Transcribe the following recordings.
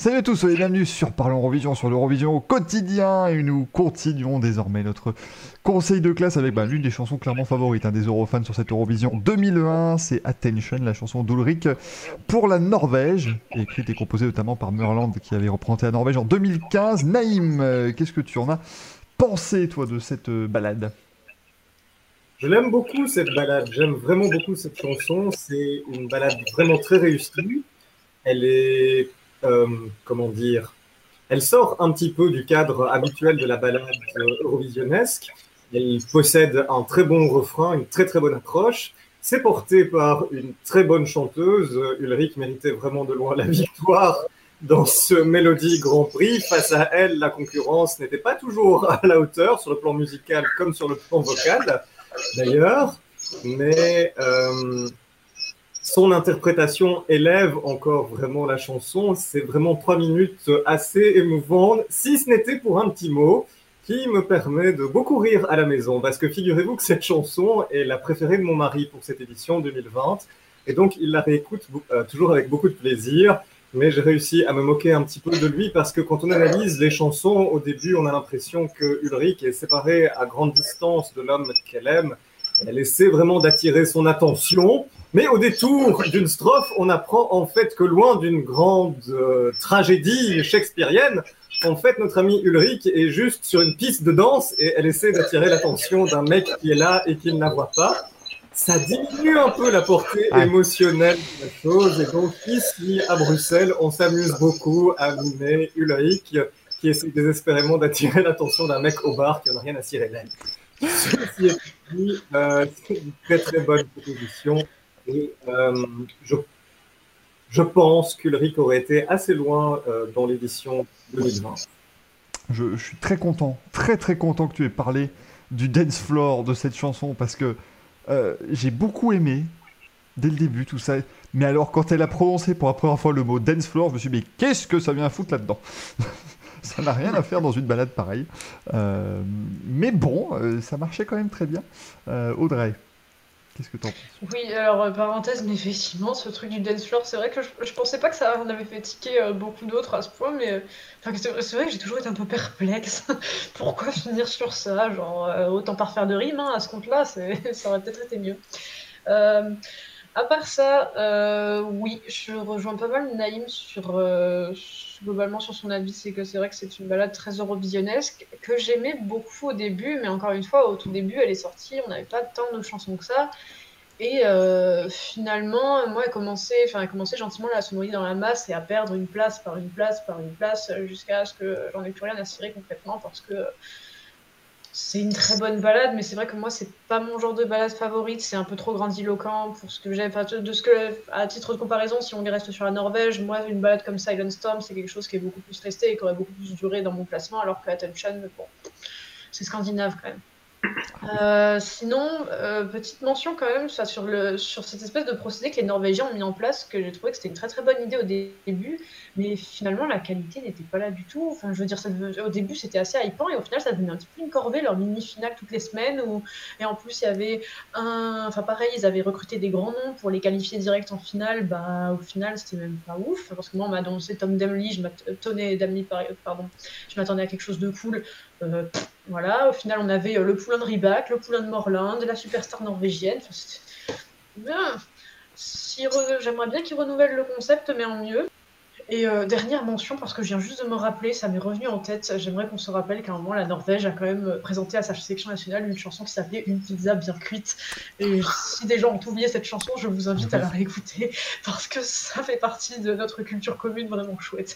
Salut à tous, soyez bienvenus sur Parlons Eurovision, sur l'Eurovision au quotidien. Et nous continuons désormais notre conseil de classe avec l'une des chansons clairement favorites des Eurofans sur cette Eurovision 2001. C'est Attention, la chanson d'Ulrik pour la Norvège, écrite et composée notamment par Mørland qui avait représenté la Norvège en 2015. Naïm, qu'est-ce que tu en as pensé, toi, de cette balade? Je l'aime beaucoup cette balade, j'aime vraiment beaucoup cette chanson. C'est une balade vraiment très réussie. Elle est, comment dire, elle sort un petit peu du cadre habituel de la balade eurovisionnesque. Elle possède un très bon refrain, une très très bonne accroche. C'est porté par une très bonne chanteuse. Ulrich méritait vraiment de loin la victoire dans ce Mélodie Grand Prix. Face à elle, la concurrence n'était pas toujours à la hauteur sur le plan musical comme sur le plan vocal d'ailleurs, mais son interprétation élève encore vraiment la chanson. C'est vraiment 3 minutes assez émouvantes, si ce n'était pour un petit mot qui me permet de beaucoup rire à la maison, parce que figurez-vous que cette chanson est la préférée de mon mari pour cette édition 2020, et donc il la réécoute toujours avec beaucoup de plaisir. Mais j'ai réussi à me moquer un petit peu de lui parce que quand on analyse les chansons, au début, on a l'impression que Ulrich est séparée à grande distance de l'homme qu'elle aime. Elle essaie vraiment d'attirer son attention. Mais au détour d'une strophe, on apprend en fait que loin d'une grande tragédie shakespearienne, en fait, notre ami Ulrich est juste sur une piste de danse et elle essaie d'attirer l'attention d'un mec qui est là et qui ne la voit pas. Ça diminue un peu la portée émotionnelle de la chose. Et donc, ici, à Bruxelles, on s'amuse beaucoup à mimer Ulrich, qui essaie désespérément d'attirer l'attention d'un mec au bar qui n'a rien à cirer d'elle. Ceci est dit, c'est une très très bonne proposition. Et je pense qu'Ulrich aurait été assez loin dans l'édition 2020. Je suis très content, très très content que tu aies parlé du dance floor de cette chanson parce que j'ai beaucoup aimé dès le début tout ça. Mais alors, quand elle a prononcé pour la première fois le mot dance floor, je me suis dit, mais qu'est-ce que ça vient foutre là-dedans? Ça n'a rien à faire dans une balade pareille. Mais bon, ça marchait quand même très bien. Audrey, qu'est-ce que t'en penses? Oui, alors parenthèse, mais effectivement, ce truc du dance floor, c'est vrai que je pensais pas que ça en avait fait tiquer beaucoup d'autres à ce point, mais enfin, c'est vrai que j'ai toujours été un peu perplexe. Pourquoi finir sur ça? Genre, autant pas refaire de rime, à ce compte-là, ça aurait peut-être été mieux. Euh, à part ça, oui, je rejoins pas mal Naïm globalement sur son avis, c'est que c'est vrai que c'est une balade très eurovisionnesque, que j'aimais beaucoup au début, mais encore une fois, au tout début, elle est sortie, on n'avait pas tant de chansons que ça. Et finalement, moi, elle commençait gentiment là, à se noyer dans la masse et à perdre une place par une place par une place jusqu'à ce que j'en ai plus rien à cirer concrètement parce que c'est une très bonne balade, mais c'est vrai que moi, c'est pas mon genre de balade favorite. C'est un peu trop grandiloquent pour ce que j'aime. Enfin, à titre de comparaison, si on reste sur la Norvège, moi, une balade comme Silent Storm, c'est quelque chose qui est beaucoup plus resté et qui aurait beaucoup plus duré dans mon classement, alors que Attention, bon, c'est scandinave quand même. Sinon, petite mention quand même sur cette espèce de procédé que les Norvégiens ont mis en place, que j'ai trouvé que c'était une très très bonne idée au début, mais finalement la qualité n'était pas là du tout. Enfin, je veux dire, au début c'était assez hypant et au final ça devenait un petit peu une corvée, leur mini-finale toutes les semaines. Et en plus il y avait enfin pareil, ils avaient recruté des grands noms pour les qualifier direct en finale. Bah au final c'était même pas ouf, parce que moi on m'a annoncé Tom Damley, pardon, je m'attendais à quelque chose de cool. Voilà, au final, on avait le poulain de Rybak, le poulain de Morland, la superstar norvégienne. Enfin, bien. J'aimerais bien qu'ils renouvellent le concept, mais en mieux. Et dernière mention, parce que je viens juste de me rappeler, ça m'est revenu en tête, j'aimerais qu'on se rappelle qu'à un moment, la Norvège a quand même présenté à sa sélection nationale une chanson qui s'appelait Une pizza bien cuite. Et si des gens ont oublié cette chanson, je vous invite à la réécouter, parce que ça fait partie de notre culture commune vraiment chouette.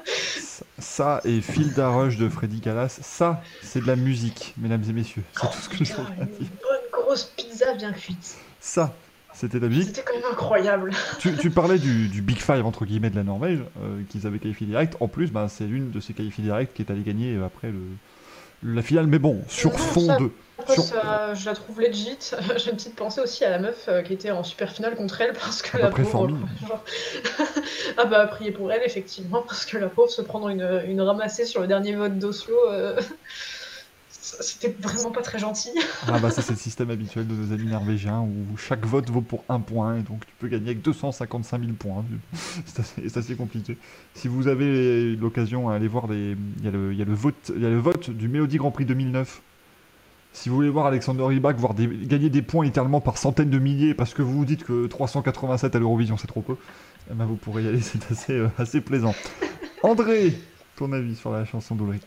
Ça et Filda Rush de Freddy Kalas, ça, c'est de la musique, mesdames et messieurs. C'est tout ce que je voudrais dire. Une bonne grosse pizza bien cuite. Ça, c'était de la musique. C'était quand même incroyable. Tu parlais du Big Five, entre guillemets, de la Norvège, qu'ils avaient qualifié direct. En plus, c'est l'une de ces qualifiés directs qui est allée gagner après la finale. Mais bon, sur fond de... Je la trouve legit. J'ai une petite pensée aussi à la meuf qui était en super finale contre elle parce que la pauvre. Genre... ah bah, priez pour elle, effectivement, parce que la pauvre se prendre une ramassée sur le dernier vote d'Oslo. C'était vraiment pas très gentil. Ah bah ça c'est le système habituel de nos amis norvégiens où chaque vote vaut pour un point et donc tu peux gagner avec 255 000 points. C'est assez compliqué. Si vous avez l'occasion, allez voir il y a le vote du Mélodie Grand Prix 2009. Si vous voulez voir Alexander Rybak gagner des points littéralement par centaines de milliers parce que vous vous dites que 387 à l'Eurovision c'est trop peu, eh ben vous pourrez y aller, c'est assez plaisant. André, ton avis sur la chanson d'Ulrich?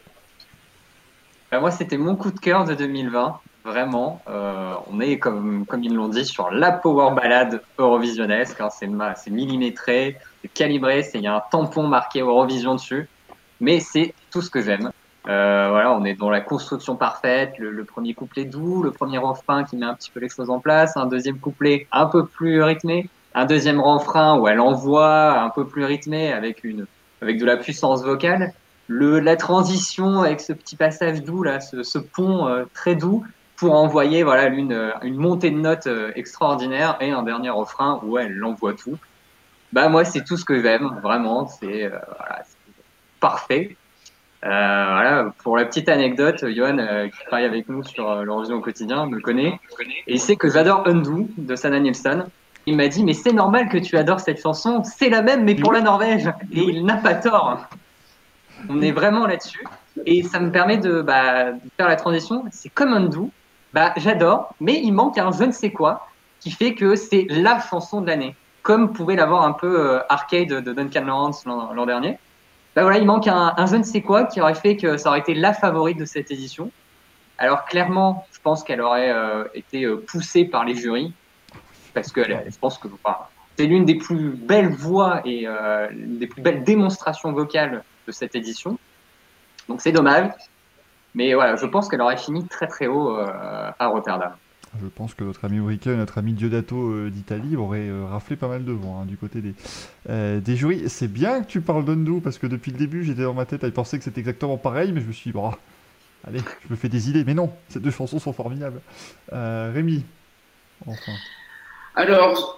Moi, c'était mon coup de cœur de 2020. Vraiment, on est, comme ils l'ont dit, sur la power ballade eurovisionnesque. Hein. C'est millimétré, c'est calibré, il y a un tampon marqué Eurovision dessus. Mais c'est tout ce que j'aime. Voilà, on est dans la construction parfaite, le premier couplet doux, le premier refrain qui met un petit peu les choses en place, un deuxième couplet un peu plus rythmé, un deuxième refrain où elle envoie un peu plus rythmé avec de la puissance vocale. La transition avec ce petit passage doux là, ce pont très doux pour envoyer voilà une montée de notes extraordinaire et un dernier refrain où elle envoie tout. Bah moi c'est tout ce que j'aime vraiment, voilà, c'est parfait. Voilà, pour la petite anecdote, Johan qui travaille avec nous sur l'Eurovision au quotidien me connaît et il sait que j'adore Undo de Sanna Nilsson. Il m'a dit mais c'est normal que tu adores cette chanson, c'est la même mais pour la Norvège et il n'a pas tort. On est vraiment là-dessus. Et ça me permet de faire la transition. C'est comme Undo. J'adore, mais il manque un je ne sais quoi qui fait que c'est la chanson de l'année. Comme pouvait l'avoir un peu Arcade de Duncan Lawrence l'an dernier. Voilà, il manque un je ne sais quoi qui aurait fait que ça aurait été la favorite de cette édition. Alors clairement, je pense qu'elle aurait été poussée par les jurys. Parce que je pense que c'est l'une des plus belles voix et l'une des plus belles démonstrations vocales de cette édition. Donc c'est dommage. Mais voilà, je pense qu'elle aurait fini très très haut à Rotterdam. Je pense que notre ami Ulrike et notre ami Diodato d'Italie auraient raflé pas mal de vent du côté des jurys. C'est bien que tu parles d'Undo parce que depuis le début j'étais dans ma tête à penser que c'était exactement pareil, mais je me suis dit, allez, je me fais des idées. Mais non, ces deux chansons sont formidables. Rémi, enfin. Alors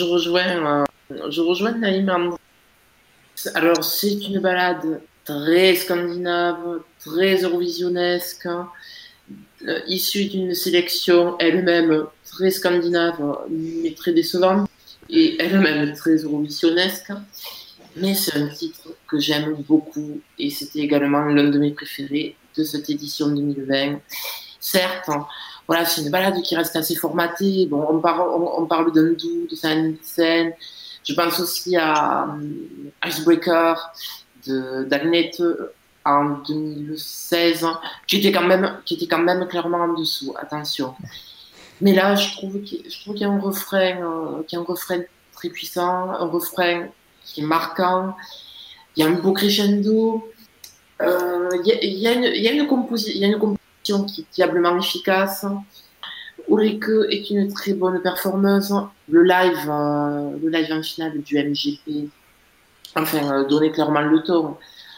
je rejoins Naïm. Alors, c'est une balade très scandinave, très eurovisionnesque, issue d'une sélection elle-même très scandinave, mais très décevante, et elle-même très eurovisionnesque. Mais c'est un titre que j'aime beaucoup, et c'était également l'un de mes préférés de cette édition 2020. Certes, voilà, c'est une balade qui reste assez formatée. Bon, on parle d'Undo, de Saint-Nielsen. Je pense aussi à Icebreaker d'Agnete en 2016, qui était quand même clairement en dessous. Attention. Mais là, je trouve qu'il y a un refrain, très puissant, un refrain qui est marquant. Il y a un beau crescendo. Il y a une composition qui est diablement efficace. Ulrike est une très bonne performeuse. Le live en finale du MGP, donnait clairement le ton.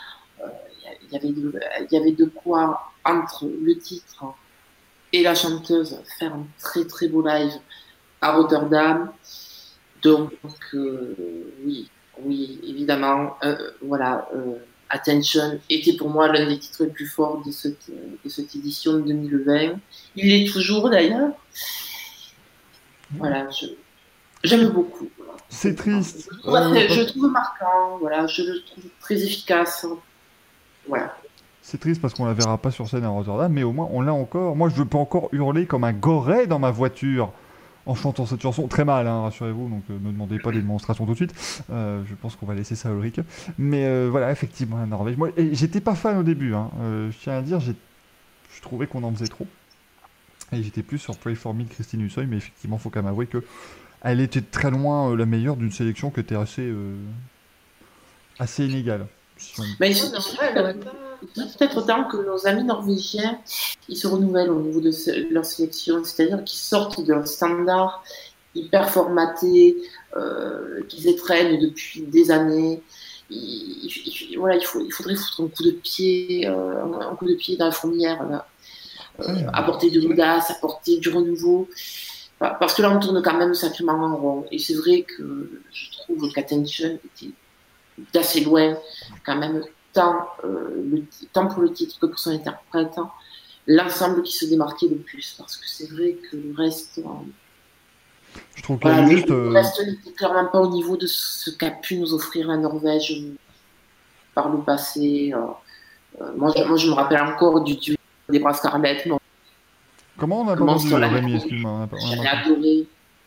Il y avait de quoi, entre le titre et la chanteuse, faire un très très beau live à Rotterdam. Donc, oui, évidemment, Attention était pour moi l'un des titres les plus forts de cette édition de 2020. Il l'est toujours d'ailleurs. Voilà, j'aime beaucoup. C'est triste. Je trouve marquant, voilà, je le trouve très efficace. Voilà. C'est triste parce qu'on la verra pas sur scène à Rotterdam, mais au moins on l'a encore. Moi, je peux encore hurler comme un goret dans ma voiture en chantant cette chanson. Très mal, hein, rassurez-vous, donc ne me demandez pas des démonstrations tout de suite. Je pense qu'on va laisser ça à Ulrike. Mais voilà, effectivement, la Norvège. Moi, j'étais pas fan au début. Je tiens à dire, je trouvais qu'on en faisait trop. Et j'étais plus sur Pray For Me de Christine Hussoy, mais effectivement, il faut quand même avouer que elle était très loin la meilleure d'une sélection qui était assez inégale. Mais peut-être temps que nos amis norvégiens ils se renouvellent au niveau de leur sélection, c'est-à-dire qu'ils sortent de leur standard hyper formaté qu'ils étreignent depuis des années. Il faudrait foutre un coup de pied dans la fourmilière, là. Apporter de l'audace, apporter du renouveau. Parce que là, on tourne quand même sacrément en rond. Et c'est vrai que je trouve qu'Attention était d'assez loin, quand même, tant pour le titre que pour son interprète. l'ensemble qui se démarquait le plus, parce que c'est vrai que le reste, Je trouve qu'il y voilà, a le juste. reste n'était clairement pas au niveau de ce qu'a pu nous offrir la Norvège par le passé. Moi, je me rappelle encore du duel des bras scarlettes. Comment on a pas Comment entendu, sur la Rémi, excuse-moi. J'avais adoré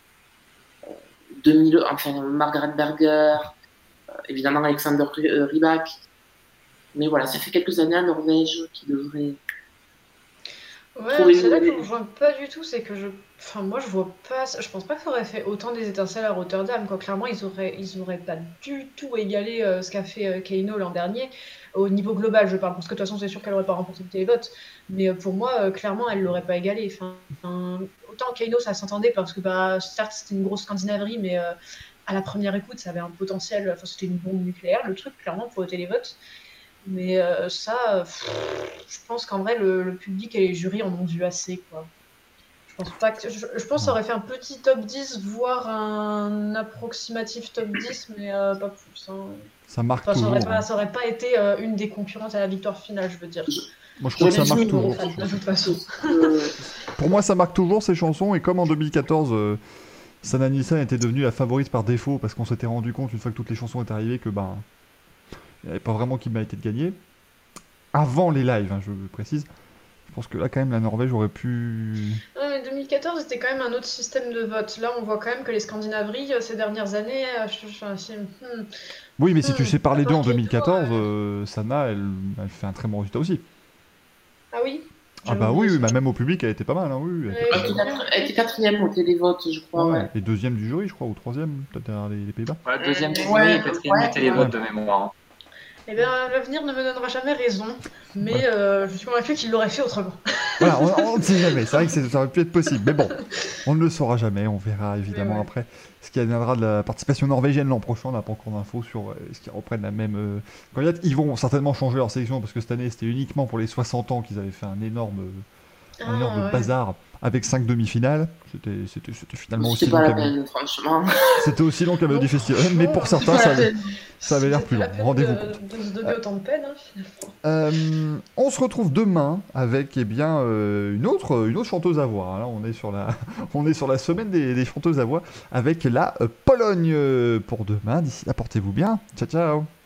2000, enfin, Margaret Berger, évidemment Alexander Rybak. Mais voilà, ça fait quelques années à Norvège qui devrait Ouais, trouver c'est là que je une... ne vois pas du tout, c'est que moi je vois pas, je pense pas que ça aurait fait autant des étincelles à Rotterdam, quoi. Clairement, ils auraient pas du tout égalé ce qu'a fait Keino l'an dernier, au niveau global, je parle, parce que de toute façon, c'est sûr qu'elle aurait pas remporté le télévote, mais pour moi, clairement, elle l'aurait pas égalé. Autant Keino, ça s'entendait, parce que, bah, certes, c'était une grosse scandinaverie, mais à la première écoute, ça avait un potentiel, enfin, c'était une bombe nucléaire, le truc, clairement, pour le télévote. Mais je pense qu'en vrai, le public et les jurys en ont vu assez, quoi. Je pense pas que... je pense que ça aurait fait un petit top 10, voire un approximatif top 10, mais pas plus. Hein. Ça marque Enfin, toujours. Hein. ça aurait pas été une des concurrentes à la victoire finale, je veux dire. Moi, je crois que ça marque suis toujours. gros fan, de toute façon. Pour moi, ça marque toujours ces chansons. Et comme en 2014, Sanna Nielsen était devenue la favorite par défaut, parce qu'on s'était rendu compte, une fois que toutes les chansons étaient arrivées, que ben, il n'y avait pas vraiment qui m'a été de gagner. Avant les lives, hein, je précise. Je pense que là, quand même, la Norvège aurait pu. Ouais, mais 2014, c'était quand même un autre système de vote. Là, on voit quand même que les Scandinaveries, ces dernières années, Oui, mais si tu sépares les deux en Marqué, 2014, Sanna, elle fait un très bon résultat aussi. Ah oui? Ah bah oui, bah, même au public, elle était pas mal. Hein, oui, Ouais, Elle était quatrième au télévote, je crois. ouais. Ouais. Et deuxième du jury, je crois, ou troisième, peut-être derrière les Pays-Bas. Ouais, deuxième du Ouais, jury et quatrième ouais, du télévote ouais. de mémoire. Hein. Eh bien, l'avenir ne me donnera jamais raison, mais Ouais. je suis convaincue qu'il l'aurait fait autrement. Voilà, on ne sait jamais. C'est vrai que ça aurait pu être possible. Mais bon, on ne le saura jamais. On verra évidemment Mais ouais. après ce qui adviendra de la participation norvégienne l'an prochain. On n'a pas encore d'infos sur ce qu'ils reprennent la même candidate. Ils vont certainement changer leur sélection parce que cette année, c'était uniquement pour les 60 ans qu'ils avaient fait un énorme Ouais. bazar avec 5 demi-finales. C'était finalement aussi C'était long pas la qu'Amélie. peine, franchement. C'était aussi long qu'Amélie Non, Festival. Mais pour certains, ça avait l'air plus long. Rendez-vous compte. de se donner autant de peine, hein, finalement. On se retrouve demain avec une autre chanteuse à voix. Là, on est sur la semaine des chanteuses à voix avec la Pologne pour demain. D'ici là, portez-vous bien. Ciao, ciao.